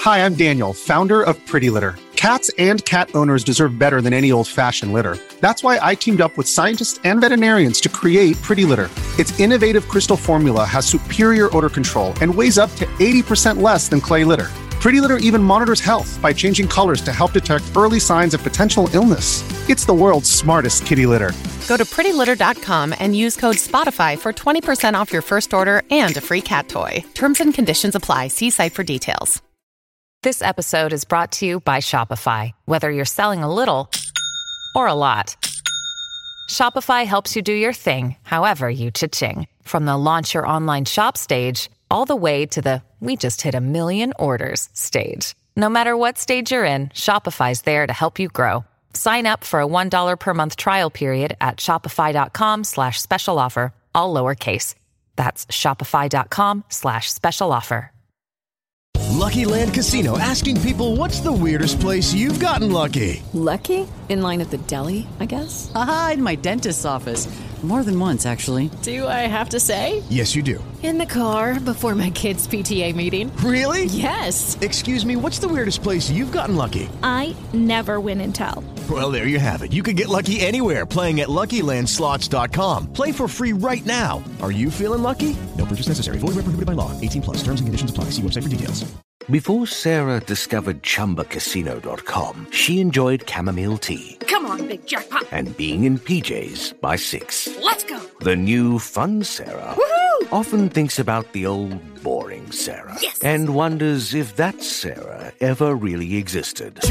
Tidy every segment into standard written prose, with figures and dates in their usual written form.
Hi, I'm Daniel, founder of Pretty Litter. Cats and cat owners deserve better than any old-fashioned litter. That's why I teamed up with scientists and veterinarians to create Pretty Litter. Its innovative crystal formula has superior odor control and weighs up to 80% less than clay litter. Pretty Litter even monitors health by changing colors to help detect early signs of potential illness. It's the world's smartest kitty litter. Go to prettylitter.com and use code SPOTIFY for 20% off your first order and a free cat toy. Terms and conditions apply. See site for details. This episode is brought to you by Shopify. Whether you're selling a little or a lot, Shopify helps you do your thing, however you cha-ching. From the launch your online shop stage, all the way to the we just hit 1 million orders stage. No matter what stage you're in, Shopify's there to help you grow. Sign up for a $1 per month trial period at shopify.com/special offer, all lowercase. That's shopify.com/special offer. Lucky Land Casino, asking people, what's the weirdest place you've gotten lucky? Lucky? In line at the deli, I guess? Aha, in my dentist's office. More than once, actually. Do I have to say? Yes, you do. In the car before my kids' PTA meeting. Really? Yes. Excuse me, what's the weirdest place you've gotten lucky? I never win and tell. Well, there you have it. You can get lucky anywhere, playing at LuckyLandSlots.com. Play for free right now. Are you feeling lucky? No purchase necessary. Void where prohibited by law. 18 plus. Terms and conditions apply. See website for details. Before Sarah discovered ChumbaCasino.com, she enjoyed chamomile tea. Come on, big jackpot. And being in PJs by 6. Let's go. The new fun Sarah often thinks about the old boring Sarah. Yes. And wonders if that Sarah ever really existed.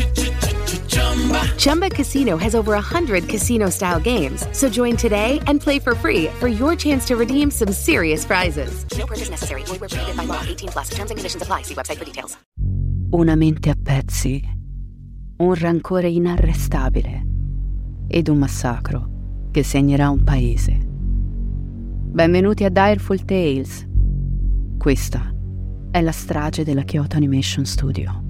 Chumba Casino has over 100 casino-style games. So join today and play for free for your chance to redeem some serious prizes. No purchase necessary. Void where prohibited by law. 18 plus. Terms and conditions apply. See website for details. Una mente a pezzi, un rancore inarrestabile ed un massacro che segnerà un paese. Benvenuti a Direful Tales. Questa è la strage della Kyoto Animation Studio.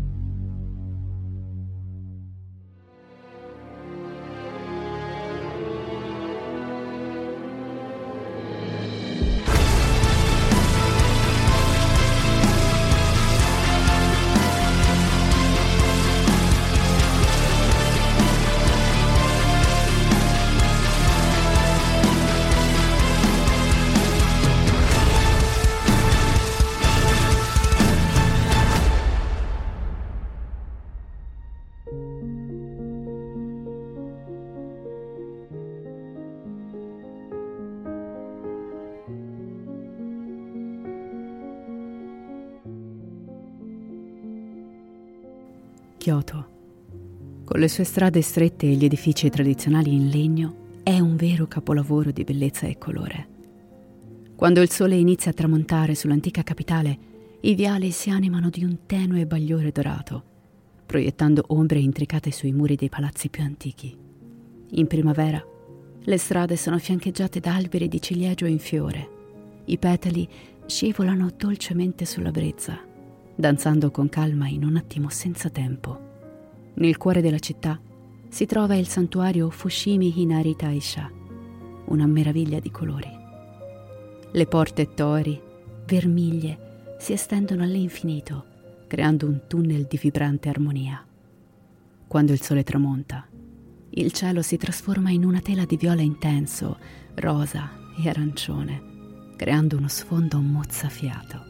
Kyoto, con le sue strade strette e gli edifici tradizionali in legno, è un vero capolavoro di bellezza e colore. Quando il sole inizia a tramontare sull'antica capitale, i viali si animano di un tenue bagliore dorato, proiettando ombre intricate sui muri dei palazzi più antichi. In primavera, le strade sono fiancheggiate da alberi di ciliegio in fiore. I petali scivolano dolcemente sulla brezza, danzando con calma in un attimo senza tempo. Nel cuore della città si trova il santuario Fushimi Hinari Taisha, una meraviglia di colori. Le porte tori, vermiglie, si estendono all'infinito, creando un tunnel di vibrante armonia. Quando il sole tramonta, il cielo si trasforma in una tela di viola intenso, rosa e arancione, creando uno sfondo mozzafiato.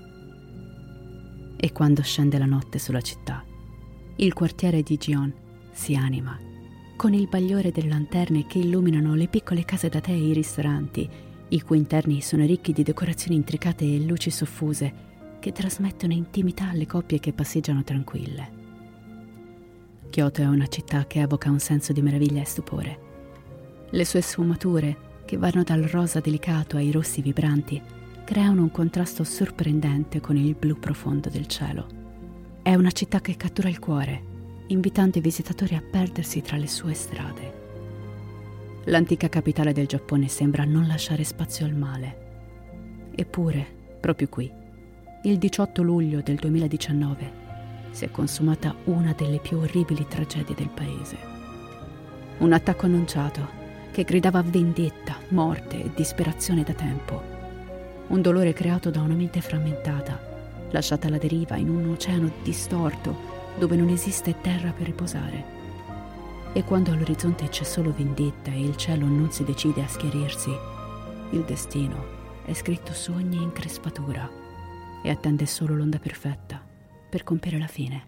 E quando scende la notte sulla città, il quartiere di Gion si anima, con il bagliore delle lanterne che illuminano le piccole case da tè e i ristoranti, i cui interni sono ricchi di decorazioni intricate e luci soffuse che trasmettono intimità alle coppie che passeggiano tranquille. Kyoto è una città che evoca un senso di meraviglia e stupore. Le sue sfumature, che vanno dal rosa delicato ai rossi vibranti, creano un contrasto sorprendente con il blu profondo del cielo. È una città che cattura il cuore, invitando i visitatori a perdersi tra le sue strade. L'antica capitale del Giappone sembra non lasciare spazio al male. Eppure, proprio qui, il 18 luglio del 2019, si è consumata una delle più orribili tragedie del paese. Un attacco annunciato che gridava vendetta, morte e disperazione da tempo. Un dolore creato da una mente frammentata lasciata alla deriva in un oceano distorto dove non esiste terra per riposare. E quando all'orizzonte c'è solo vendetta e il cielo non si decide a schiarirsi, il destino è scritto su ogni increspatura e attende solo l'onda perfetta per compiere la fine.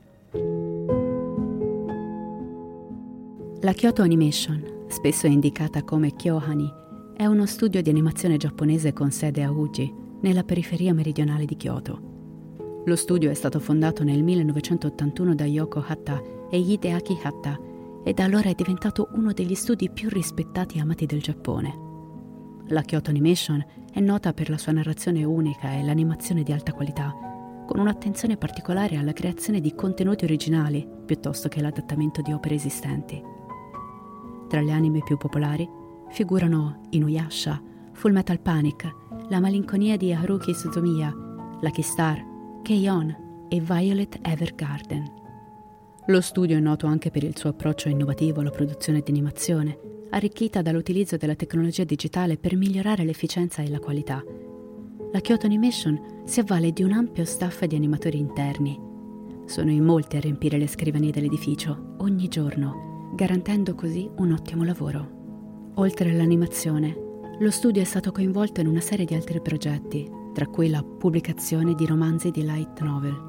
La Kyoto Animation, spesso indicata come Kyohani, è uno studio di animazione giapponese con sede a Uji, nella periferia meridionale di Kyoto. Lo studio è stato fondato nel 1981 da Yoko Hatta e Hideaki Hatta e da allora è diventato uno degli studi più rispettati e amati del Giappone. La Kyoto Animation è nota per la sua narrazione unica e l'animazione di alta qualità, con un'attenzione particolare alla creazione di contenuti originali piuttosto che l'adattamento di opere esistenti. Tra gli anime più popolari figurano Inuyasha, Full Metal Panic, La malinconia di Haruki Suzumiya, Lucky Star, K-On! E Violet Evergarden. Lo studio è noto anche per il suo approccio innovativo alla produzione di animazione, arricchita dall'utilizzo della tecnologia digitale per migliorare l'efficienza e la qualità. La Kyoto Animation si avvale di un ampio staff di animatori interni. Sono in molti a riempire le scrivanie dell'edificio ogni giorno, garantendo così un ottimo lavoro. Oltre all'animazione, lo studio è stato coinvolto in una serie di altri progetti, tra cui la pubblicazione di romanzi di light novel.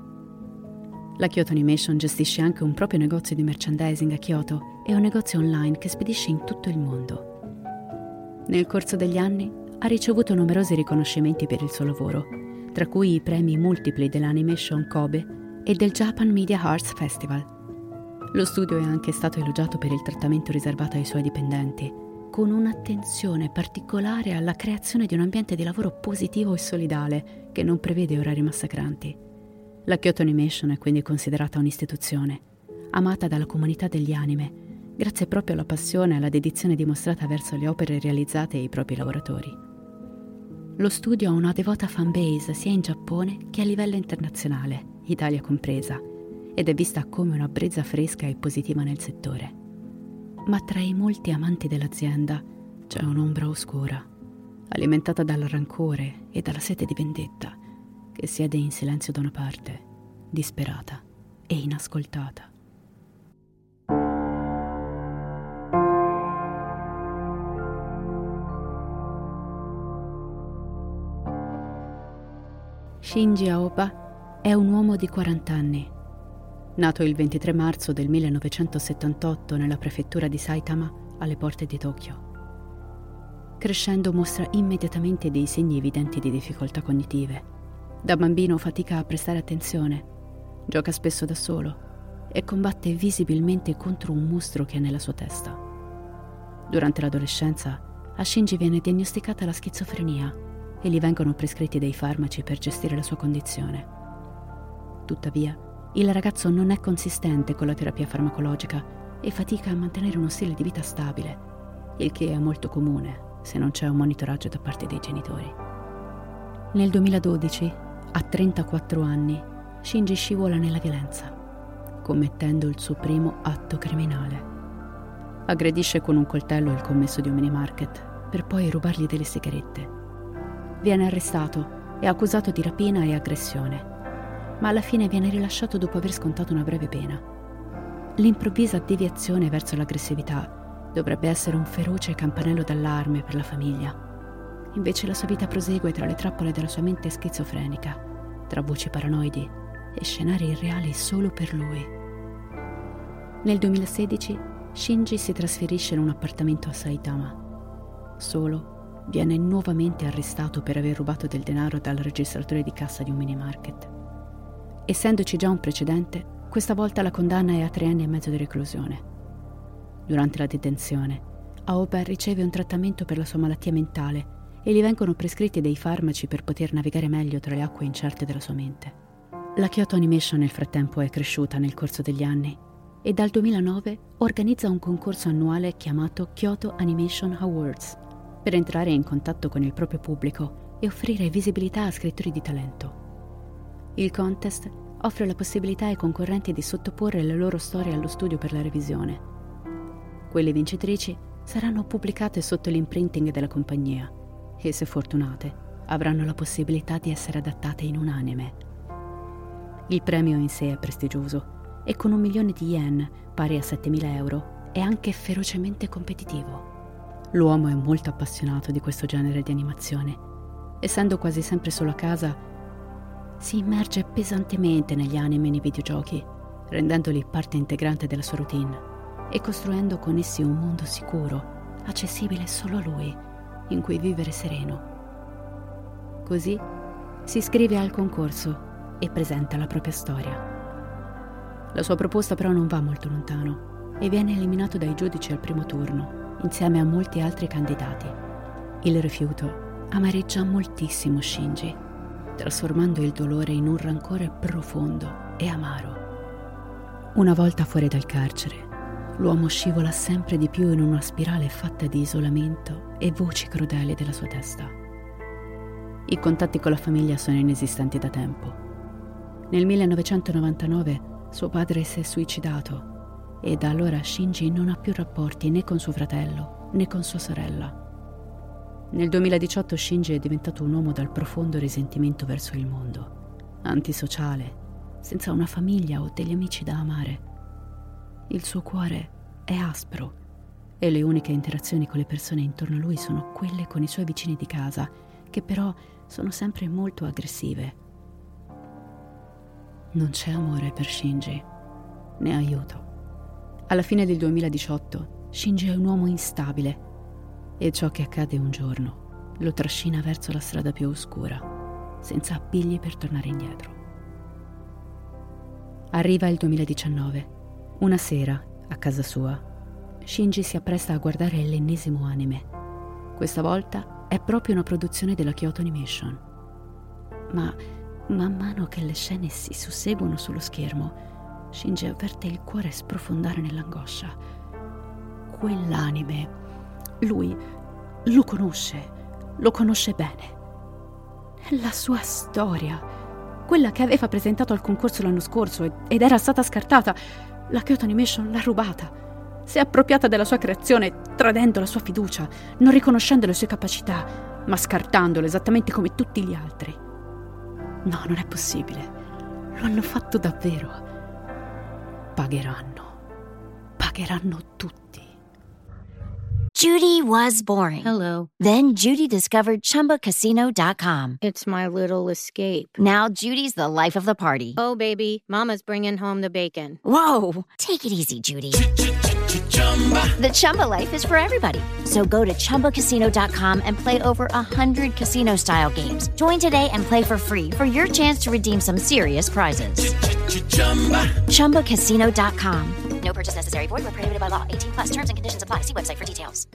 La Kyoto Animation gestisce anche un proprio negozio di merchandising a Kyoto e un negozio online che spedisce in tutto il mondo. Nel corso degli anni ha ricevuto numerosi riconoscimenti per il suo lavoro, tra cui i premi multipli dell'Animation Kobe e del Japan Media Arts Festival. Lo studio è anche stato elogiato per il trattamento riservato ai suoi dipendenti, con un'attenzione particolare alla creazione di un ambiente di lavoro positivo e solidale che non prevede orari massacranti. La Kyoto Animation è quindi considerata un'istituzione, amata dalla comunità degli anime, grazie proprio alla passione e alla dedizione dimostrata verso le opere realizzate e i propri lavoratori. Lo studio ha una devota fanbase sia in Giappone che a livello internazionale, Italia compresa, ed è vista come una brezza fresca e positiva nel settore. Ma tra i molti amanti dell'azienda c'è un'ombra oscura, alimentata dal rancore e dalla sete di vendetta, che siede in silenzio da una parte, disperata e inascoltata. Shinji Aoba è un uomo di 40 anni. Nato il 23 marzo del 1978 nella prefettura di Saitama, alle porte di Tokyo. Crescendo mostra immediatamente dei segni evidenti di difficoltà cognitive. Da bambino fatica a prestare attenzione, gioca spesso da solo e combatte visibilmente contro un mostro che è nella sua testa. Durante l'adolescenza, a Shinji viene diagnosticata la schizofrenia e gli vengono prescritti dei farmaci per gestire la sua condizione. Tuttavia, il ragazzo non è consistente con la terapia farmacologica e fatica a mantenere uno stile di vita stabile, il che è molto comune se non c'è un monitoraggio da parte dei genitori. Nel 2012, a 34 anni, Shinji scivola nella violenza, commettendo il suo primo atto criminale. Aggredisce con un coltello il commesso di un minimarket per poi rubargli delle sigarette. Viene arrestato e accusato di rapina e aggressione, ma alla fine viene rilasciato dopo aver scontato una breve pena. L'improvvisa deviazione verso l'aggressività dovrebbe essere un feroce campanello d'allarme per la famiglia. Invece la sua vita prosegue tra le trappole della sua mente schizofrenica, tra voci paranoidi e scenari irreali solo per lui. Nel 2016 Shinji si trasferisce in un appartamento a Saitama. Solo, viene nuovamente arrestato per aver rubato del denaro dal registratore di cassa di un minimarket. Essendoci già un precedente, questa volta la condanna è a 3 anni e mezzo di reclusione. Durante la detenzione, Aoba riceve un trattamento per la sua malattia mentale e gli vengono prescritti dei farmaci per poter navigare meglio tra le acque incerte della sua mente. La Kyoto Animation nel frattempo è cresciuta nel corso degli anni e dal 2009 organizza un concorso annuale chiamato Kyoto Animation Awards per entrare in contatto con il proprio pubblico e offrire visibilità a scrittori di talento. Il contest offre la possibilità ai concorrenti di sottoporre le loro storie allo studio per la revisione. Quelle vincitrici saranno pubblicate sotto l'imprinting della compagnia e, se fortunate, avranno la possibilità di essere adattate in un anime, Il premio in sé è prestigioso e con 1 milione di yen, pari a 7.000 euro, è anche ferocemente competitivo. L'uomo è molto appassionato di questo genere di animazione. Essendo quasi sempre solo a casa, si immerge pesantemente negli anime e nei videogiochi, rendendoli parte integrante della sua routine e costruendo con essi un mondo sicuro, accessibile solo a lui, in cui vivere sereno. Così si iscrive al concorso e presenta la propria storia. La sua proposta però non va molto lontano e viene eliminato dai giudici al primo turno, insieme a molti altri candidati. Il rifiuto amareggia moltissimo Shinji, trasformando il dolore in un rancore profondo e amaro. Una volta fuori dal carcere, l'uomo scivola sempre di più in una spirale fatta di isolamento e voci crudeli della sua testa. I contatti con la famiglia sono inesistenti da tempo. Nel 1999 suo padre si è suicidato e da allora Shinji non ha più rapporti né con suo fratello né con sua sorella. Nel 2018 Shinji è diventato un uomo dal profondo risentimento verso il mondo, antisociale, senza una famiglia o degli amici da amare. Il suo cuore è aspro e le uniche interazioni con le persone intorno a lui sono quelle con i suoi vicini di casa, che però sono sempre molto aggressive. Non c'è amore per Shinji, né aiuto. Alla fine del 2018, Shinji è un uomo instabile e ciò che accade un giorno lo trascina verso la strada più oscura, senza appigli per tornare indietro. Arriva il 2019. Una sera, a casa sua, Shinji si appresta a guardare l'ennesimo anime. Questa volta è proprio una produzione della Kyoto Animation. Ma man mano che le scene si susseguono sullo schermo, Shinji avverte il cuore sprofondare nell'angoscia. Quell'anime, lui lo conosce bene. È la sua storia, quella che aveva presentato al concorso l'anno scorso ed era stata scartata. La Kyoto Animation l'ha rubata. Si è appropriata della sua creazione, tradendo la sua fiducia, non riconoscendo le sue capacità, ma scartandolo esattamente come tutti gli altri. No, non è possibile. Lo hanno fatto davvero. Pagheranno tutti. Judy was boring. Hello. Then Judy discovered ChumbaCasino.com. It's my little escape. Now Judy's the life of the party. Oh, baby, mama's bringing home the bacon. Whoa, take it easy, Judy. The Chumba life is for everybody. So go to ChumbaCasino.com and play over 100 casino-style games. Join today and play for free for your chance to redeem some serious prizes. ChumbaCasino.com. No purchase necessary. Void where prohibited by law. 18 plus. Terms and conditions apply. See website for details.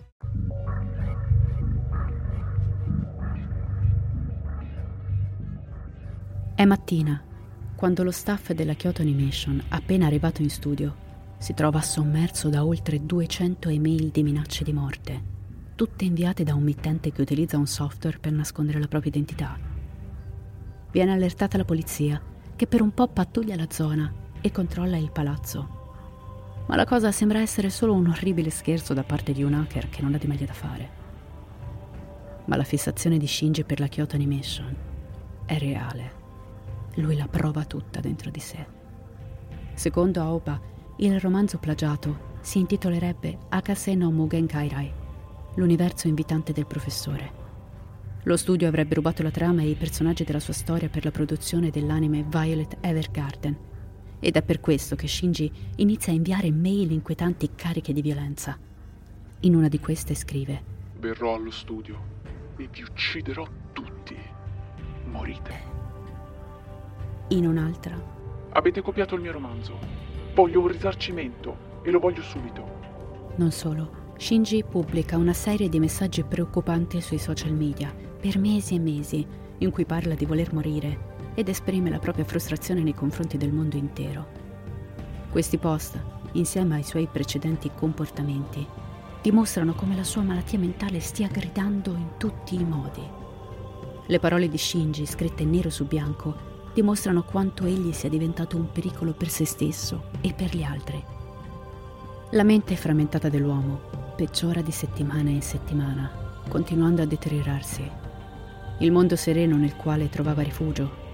È mattina, quando lo staff della Kyoto Animation, appena arrivato in studio, si trova sommerso da oltre 200 email di minacce di morte, tutte inviate da un mittente che utilizza un software per nascondere la propria identità. Viene allertata la polizia, che per un po' pattuglia la zona e controlla il palazzo. Ma la cosa sembra essere solo un orribile scherzo da parte di un hacker che non ha di meglio da fare. Ma la fissazione di Shinji per la Kyoto Animation è reale. Lui la prova tutta dentro di sé. Secondo Aoba, il romanzo plagiato si intitolerebbe Akase no Mugen Kairai, l'universo invitante del professore. Lo studio avrebbe rubato la trama e i personaggi della sua storia per la produzione dell'anime Violet Evergarden, ed è per questo che Shinji inizia a inviare mail inquietanti cariche di violenza. In una di queste scrive: verrò allo studio e vi ucciderò tutti. Morite. In un'altra: avete copiato il mio romanzo. Voglio un risarcimento e lo voglio subito. Non solo, Shinji pubblica una serie di messaggi preoccupanti sui social media per mesi e mesi, in cui parla di voler morire ed esprime la propria frustrazione nei confronti del mondo intero. Questi post, insieme ai suoi precedenti comportamenti, dimostrano come la sua malattia mentale stia gridando in tutti i modi. Le parole di Shinji, scritte nero su bianco, dimostrano quanto egli sia diventato un pericolo per se stesso e per gli altri. La mente frammentata dell'uomo peggiora di settimana in settimana, continuando a deteriorarsi. Il mondo sereno nel quale trovava rifugio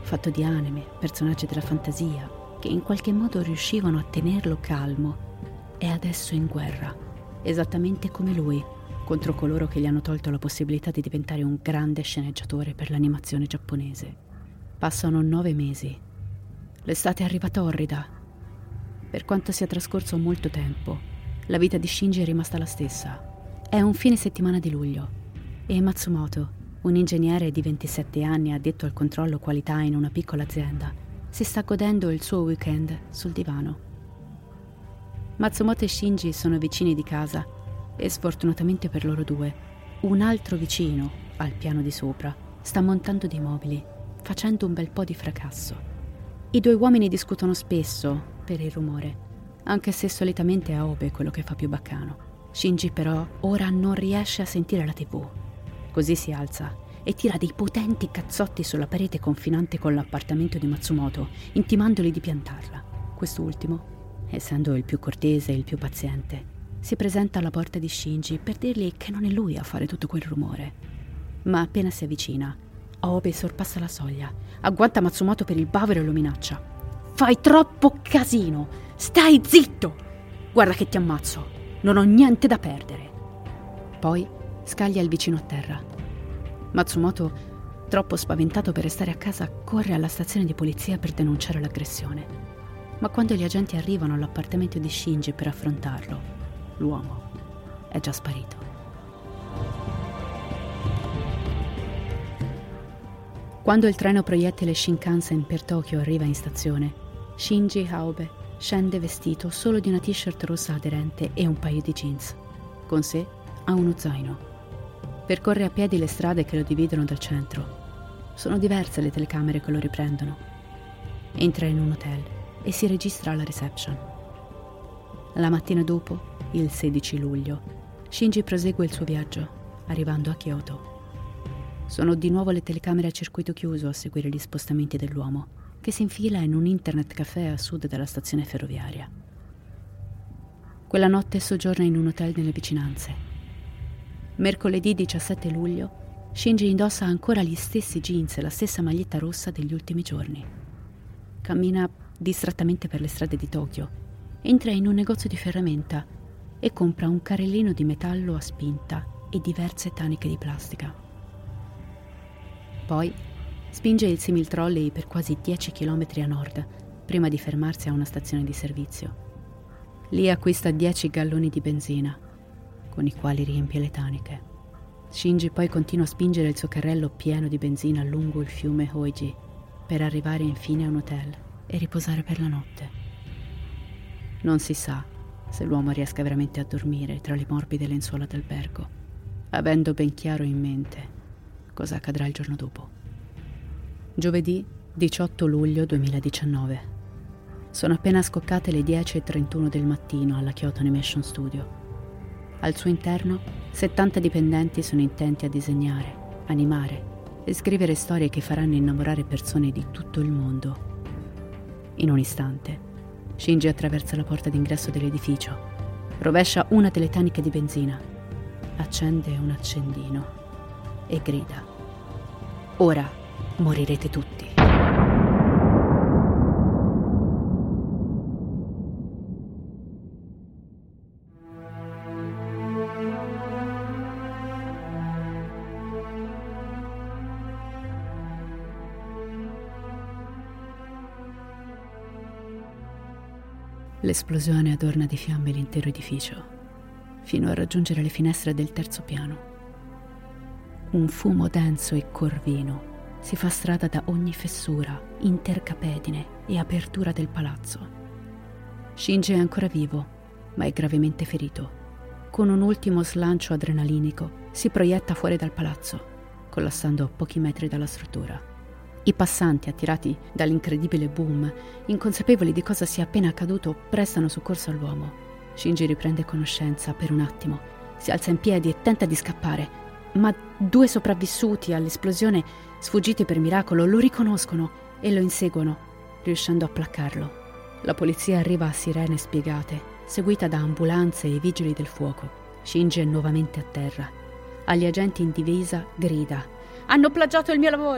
fatto di anime, personaggi della fantasia, che in qualche modo riuscivano a tenerlo calmo, è adesso in guerra, esattamente come lui, contro coloro che gli hanno tolto la possibilità di diventare un grande sceneggiatore per l'animazione giapponese. Passano 9 mesi. L'estate arriva torrida. Per quanto sia trascorso molto tempo, la vita di Shinji è rimasta la stessa. È un fine settimana di luglio e Matsumoto, un ingegnere di 27 anni addetto al controllo qualità in una piccola azienda, si sta godendo il suo weekend sul divano. Matsumoto e Shinji sono vicini di casa e sfortunatamente per loro due, un altro vicino, al piano di sopra, sta montando dei mobili, facendo un bel po' di fracasso. I due uomini discutono spesso per il rumore, anche se solitamente è Aobe quello che fa più baccano. Shinji però ora non riesce a sentire la TV. Così si alza e tira dei potenti cazzotti sulla parete confinante con l'appartamento di Matsumoto, intimandoli di piantarla. Quest'ultimo, essendo il più cortese e il più paziente, si presenta alla porta di Shinji per dirgli che non è lui a fare tutto quel rumore. Ma appena si avvicina, Aobe sorpassa la soglia, agguanta Matsumoto per il bavero e lo minaccia. «Fai troppo casino! Stai zitto! Guarda che ti ammazzo! Non ho niente da perdere!» Poi scaglia il vicino a terra. Matsumoto, troppo spaventato per restare a casa, corre alla stazione di polizia per denunciare l'aggressione. Ma quando gli agenti arrivano all'appartamento di Shinji per affrontarlo, l'uomo è già sparito. Quando il treno proiettile Shinkansen per Tokyo arriva in stazione, Shinji Aobe scende vestito solo di una t-shirt rossa aderente e un paio di jeans. Con sé ha uno zaino. Percorre a piedi le strade che lo dividono dal centro. Sono diverse le telecamere che lo riprendono. Entra in un hotel e si registra alla reception. La mattina dopo, il 16 luglio, Shinji prosegue il suo viaggio, arrivando a Kyoto. Sono di nuovo le telecamere a circuito chiuso a seguire gli spostamenti dell'uomo, che si infila in un internet caffè a sud della stazione ferroviaria. Quella notte soggiorna in un hotel nelle vicinanze. Mercoledì 17 luglio, Shinji indossa ancora gli stessi jeans e la stessa maglietta rossa degli ultimi giorni. Cammina distrattamente per le strade di Tokyo, entra in un negozio di ferramenta e compra un carrellino di metallo a spinta e diverse taniche di plastica. Poi spinge il simil-trolley per quasi 10 km a nord, prima di fermarsi a una stazione di servizio. Lì acquista 10 galloni di benzina, con i quali riempie le taniche. Shinji poi continua a spingere il suo carrello pieno di benzina lungo il fiume Hoiji, per arrivare infine a un hotel e riposare per la notte. Non si sa se l'uomo riesca veramente a dormire tra le morbide lenzuola d'albergo, avendo ben chiaro in mente cosa accadrà il giorno dopo. Giovedì 18 luglio 2019. Sono appena scoccate le 10:31 del mattino alla Kyoto Animation Studio. Al suo interno 70 dipendenti sono intenti a disegnare, animare e scrivere storie che faranno innamorare persone di tutto il mondo. In un istante, Shinji attraversa la porta d'ingresso dell'edificio, rovescia una delle taniche di benzina, accende un accendino e grida: «Ora morirete tutti». L'esplosione adorna di fiamme l'intero edificio, fino a raggiungere le finestre del terzo piano. Un fumo denso e corvino si fa strada da ogni fessura, intercapedine e apertura del palazzo. Shinji è ancora vivo, ma è gravemente ferito. Con un ultimo slancio adrenalinico si proietta fuori dal palazzo, collassando a pochi metri dalla struttura. I passanti, attirati dall'incredibile boom, inconsapevoli di cosa sia appena accaduto, prestano soccorso all'uomo. Shinji riprende conoscenza per un attimo, si alza in piedi e tenta di scappare, ma 2 sopravvissuti all'esplosione, sfuggiti per miracolo, lo riconoscono e lo inseguono, riuscendo a placcarlo. La polizia arriva a sirene spiegate, seguita da ambulanze e vigili del fuoco. Shinji è nuovamente a terra. Agli agenti in divisa grida: «Hanno plagiato il mio lavoro!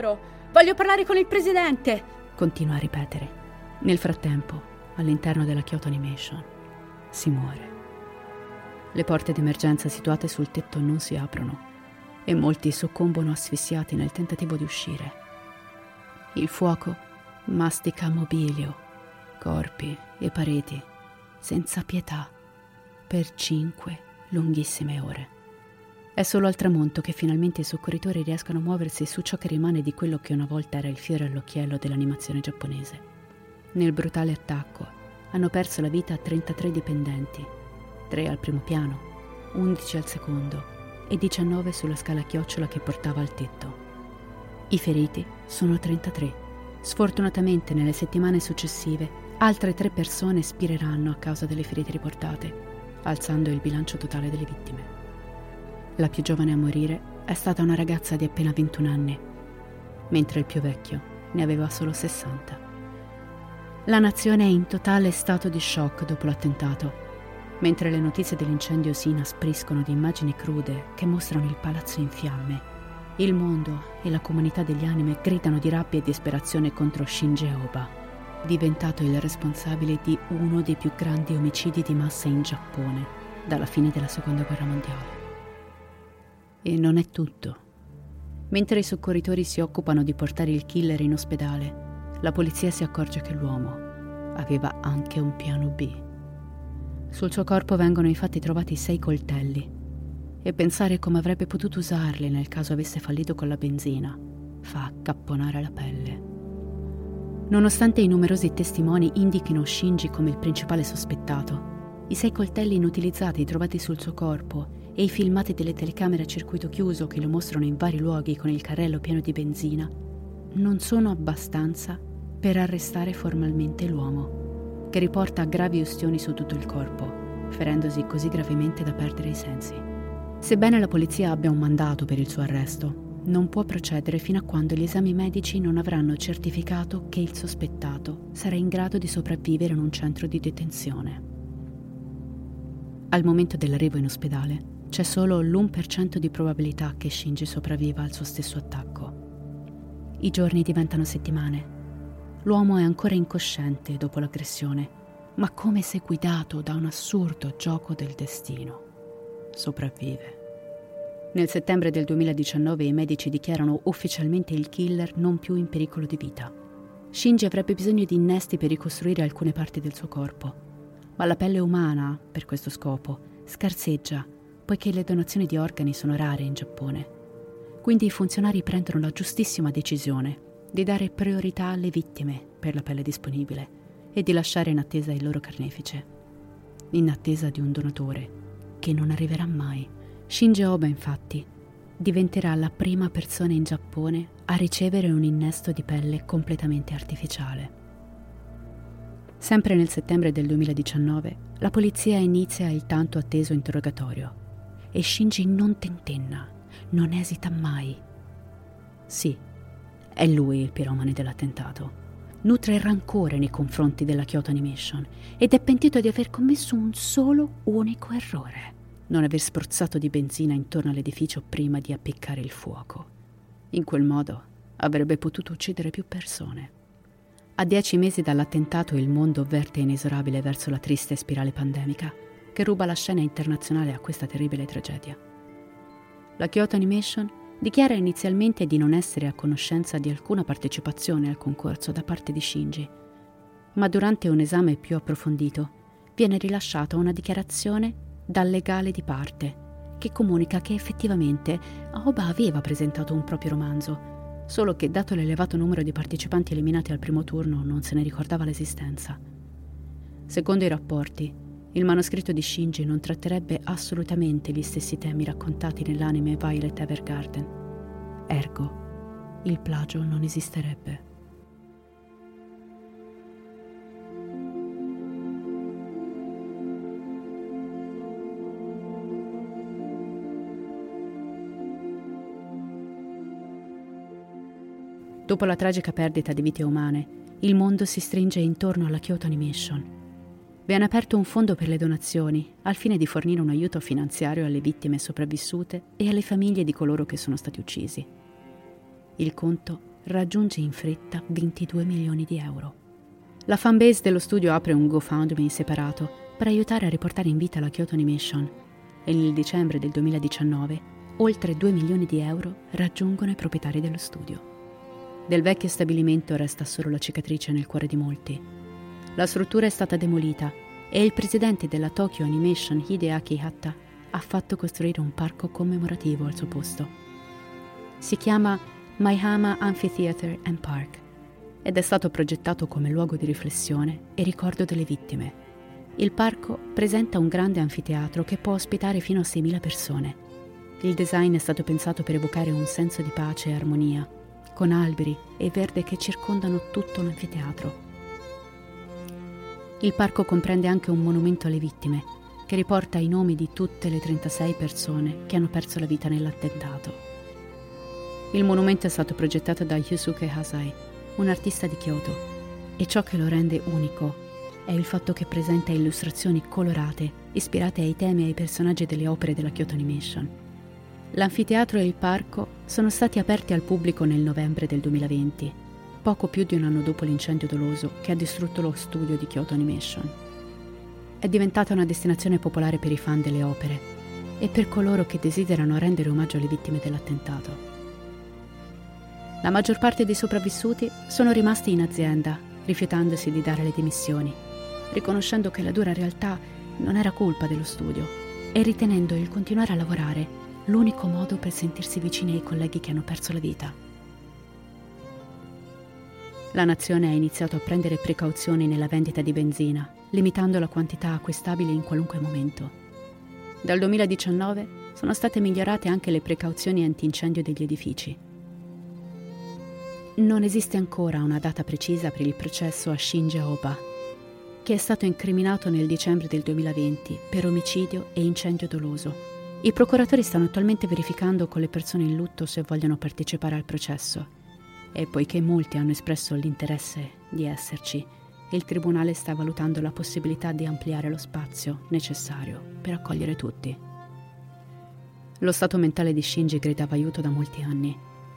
Voglio parlare con il presidente! Continua a ripetere. Nel frattempo, all'interno della Kyoto Animation, si muore. Le porte d'emergenza situate sul tetto non si aprono e molti soccombono asfissiati nel tentativo di uscire. Il fuoco mastica mobilio, corpi e pareti, senza pietà, per 5 lunghissime ore. È solo al tramonto che finalmente i soccorritori riescono a muoversi su ciò che rimane di quello che una volta era il fiore all'occhiello dell'animazione giapponese. Nel brutale attacco hanno perso la vita 33 dipendenti, 3 al primo piano, 11 al secondo e 19 sulla scala a chiocciola che portava al tetto. I feriti sono 33. Sfortunatamente nelle settimane successive altre 3 persone spireranno a causa delle ferite riportate, alzando il bilancio totale delle vittime. La più giovane a morire è stata una ragazza di appena 21 anni, mentre il più vecchio ne aveva solo 60. La nazione è in totale stato di shock dopo l'attentato, mentre le notizie dell'incendio si inaspriscono di immagini crude che mostrano il palazzo in fiamme. Il mondo e la comunità degli anime gridano di rabbia e disperazione contro Shinji Aoba, diventato il responsabile di uno dei più grandi omicidi di massa in Giappone dalla fine della Seconda Guerra Mondiale. E non è tutto. Mentre i soccorritori si occupano di portare il killer in ospedale, la polizia si accorge che l'uomo aveva anche un piano B. Sul suo corpo vengono infatti trovati 6 coltelli e pensare come avrebbe potuto usarli nel caso avesse fallito con la benzina fa accapponare la pelle. Nonostante i numerosi testimoni indichino Shinji come il principale sospettato, i 6 coltelli inutilizzati trovati sul suo corpo e i filmati delle telecamere a circuito chiuso che lo mostrano in vari luoghi con il carrello pieno di benzina non sono abbastanza per arrestare formalmente l'uomo, che riporta gravi ustioni su tutto il corpo, ferendosi così gravemente da perdere i sensi. Sebbene la polizia abbia un mandato per il suo arresto, non può procedere fino a quando gli esami medici non avranno certificato che il sospettato sarà in grado di sopravvivere in un centro di detenzione. Al momento dell'arrivo in ospedale c'è solo l'1% di probabilità che Shinji sopravviva al suo stesso attacco. I giorni diventano settimane. L'uomo è ancora incosciente dopo l'aggressione, ma come se guidato da un assurdo gioco del destino. Sopravvive. Nel settembre del 2019 i medici dichiarano ufficialmente il killer non più in pericolo di vita. Shinji avrebbe bisogno di innesti per ricostruire alcune parti del suo corpo, ma la pelle umana, per questo scopo, scarseggia, poiché le donazioni di organi sono rare in Giappone. Quindi i funzionari prendono la giustissima decisione di dare priorità alle vittime per la pelle disponibile e di lasciare in attesa il loro carnefice, in attesa di un donatore che non arriverà mai. Shinji Aoba, infatti, diventerà la prima persona in Giappone a ricevere un innesto di pelle completamente artificiale. Sempre nel settembre del 2019, la polizia inizia il tanto atteso interrogatorio e Shinji non tentenna, non esita mai. Sì, è lui il piromane dell'attentato. Nutre rancore nei confronti della Kyoto Animation ed è pentito di aver commesso un solo unico errore: non aver spruzzato di benzina intorno all'edificio prima di appiccare il fuoco. In quel modo avrebbe potuto uccidere più persone. A 10 mesi dall'attentato il mondo verte inesorabile verso la triste spirale pandemica che ruba la scena internazionale a questa terribile tragedia. La Kyoto Animation dichiara inizialmente di non essere a conoscenza di alcuna partecipazione al concorso da parte di Shinji, ma durante un esame più approfondito viene rilasciata una dichiarazione dal legale di parte che comunica che effettivamente Aoba aveva presentato un proprio romanzo, solo che dato l'elevato numero di partecipanti eliminati al primo turno non se ne ricordava l'esistenza. Secondo i rapporti, il manoscritto di Shinji non tratterebbe assolutamente gli stessi temi raccontati nell'anime Violet Evergarden. Ergo, il plagio non esisterebbe. Dopo la tragica perdita di vite umane, il mondo si stringe intorno alla Kyoto Animation. Viene aperto un fondo per le donazioni, al fine di fornire un aiuto finanziario alle vittime sopravvissute e alle famiglie di coloro che sono stati uccisi. Il conto raggiunge in fretta 22 milioni di euro. La fanbase dello studio apre un GoFundMe separato per aiutare a riportare in vita la Kyoto Animation e nel dicembre del 2019 oltre 2 milioni di euro raggiungono i proprietari dello studio. Del vecchio stabilimento resta solo la cicatrice nel cuore di molti. La struttura è stata demolita e il presidente della Tokyo Animation, Hideaki Hatta, ha fatto costruire un parco commemorativo al suo posto. Si chiama Maihama Amphitheater and Park ed è stato progettato come luogo di riflessione e ricordo delle vittime. Il parco presenta un grande anfiteatro che può ospitare fino a 6.000 persone. Il design è stato pensato per evocare un senso di pace e armonia, con alberi e verde che circondano tutto l'anfiteatro. Il parco comprende anche un monumento alle vittime, che riporta i nomi di tutte le 36 persone che hanno perso la vita nell'attentato. Il monumento è stato progettato da Yusuke Hasai, un artista di Kyoto, e ciò che lo rende unico è il fatto che presenta illustrazioni colorate ispirate ai temi e ai personaggi delle opere della Kyoto Animation. L'anfiteatro e il parco sono stati aperti al pubblico nel novembre del 2020, poco più di un anno dopo l'incendio doloso che ha distrutto lo studio di Kyoto Animation. È diventata una destinazione popolare per i fan delle opere e per coloro che desiderano rendere omaggio alle vittime dell'attentato. La maggior parte dei sopravvissuti sono rimasti in azienda, rifiutandosi di dare le dimissioni, riconoscendo che la dura realtà non era colpa dello studio e ritenendo il continuare a lavorare l'unico modo per sentirsi vicini ai colleghi che hanno perso la vita. La nazione ha iniziato a prendere precauzioni nella vendita di benzina, limitando la quantità acquistabile in qualunque momento. Dal 2019 sono state migliorate anche le precauzioni antincendio degli edifici. Non esiste ancora una data precisa per il processo a Shinji Aoba, che è stato incriminato nel dicembre del 2020 per omicidio e incendio doloso. I procuratori stanno attualmente verificando con le persone in lutto se vogliono partecipare al processo. E poiché molti hanno espresso l'interesse di esserci, il tribunale sta valutando la possibilità di ampliare lo spazio necessario per accogliere tutti. Lo stato mentale di Shinji gridava aiuto da molti anni.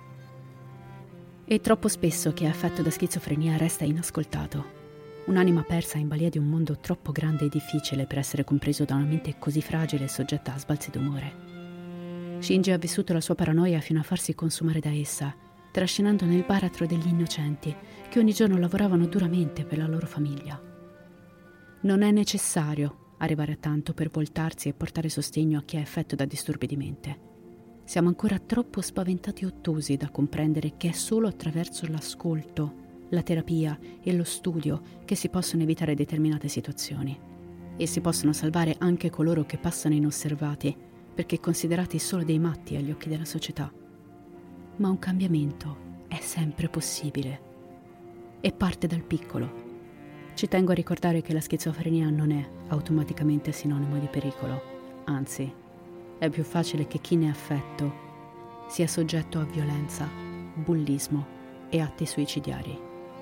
E troppo spesso chi è affetto da schizofrenia resta inascoltato. Un'anima persa in balia di un mondo troppo grande e difficile per essere compreso da una mente così fragile e soggetta a sbalzi d'umore. Shinji ha vissuto la sua paranoia fino a farsi consumare da essa, trascinando nel baratro degli innocenti che ogni giorno lavoravano duramente per la loro famiglia. Non è necessario arrivare a tanto per voltarsi e portare sostegno a chi è affetto da disturbi di mente. Siamo ancora troppo spaventati e ottusi da comprendere che è solo attraverso l'ascolto, la terapia e lo studio che si possono evitare determinate situazioni e si possono salvare anche coloro che passano inosservati perché considerati solo dei matti agli occhi della società. Ma un cambiamento è sempre possibile e parte dal piccolo. Ci tengo a ricordare che la schizofrenia non è automaticamente sinonimo di pericolo, anzi, è più facile che chi ne è affetto sia soggetto a violenza, bullismo e atti suicidiari.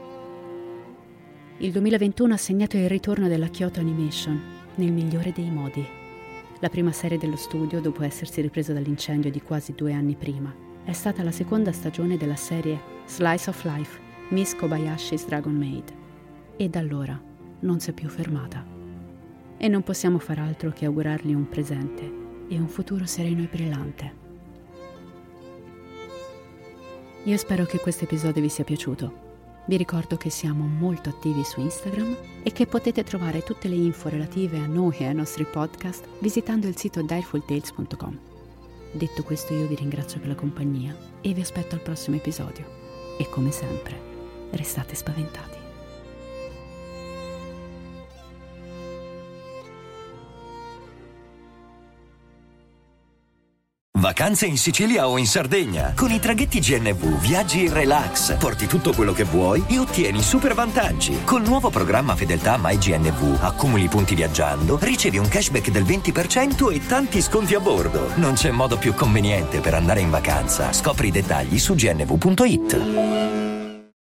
Il 2021 ha segnato il ritorno della Kyoto Animation nel migliore dei modi. La prima serie dello studio, dopo essersi ripreso dall'incendio di quasi 2 anni prima, è stata la seconda stagione della serie Slice of Life, Miss Kobayashi's Dragon Maid, e da allora non si è più fermata. E non possiamo far altro che augurargli un presente e un futuro sereno e brillante. Io spero che questo episodio vi sia piaciuto. Vi ricordo che siamo molto attivi su Instagram e che potete trovare tutte le info relative a noi e ai nostri podcast visitando il sito direfultales.com. Detto questo, io vi ringrazio per la compagnia e vi aspetto al prossimo episodio. E come sempre, restate spaventati. Vacanze in Sicilia o in Sardegna. Con i traghetti GNV viaggi in relax, porti tutto quello che vuoi e ottieni super vantaggi. Col nuovo programma Fedeltà MyGNV accumuli punti viaggiando, ricevi un cashback del 20% e tanti sconti a bordo. Non c'è modo più conveniente per andare in vacanza. Scopri i dettagli su gnv.it.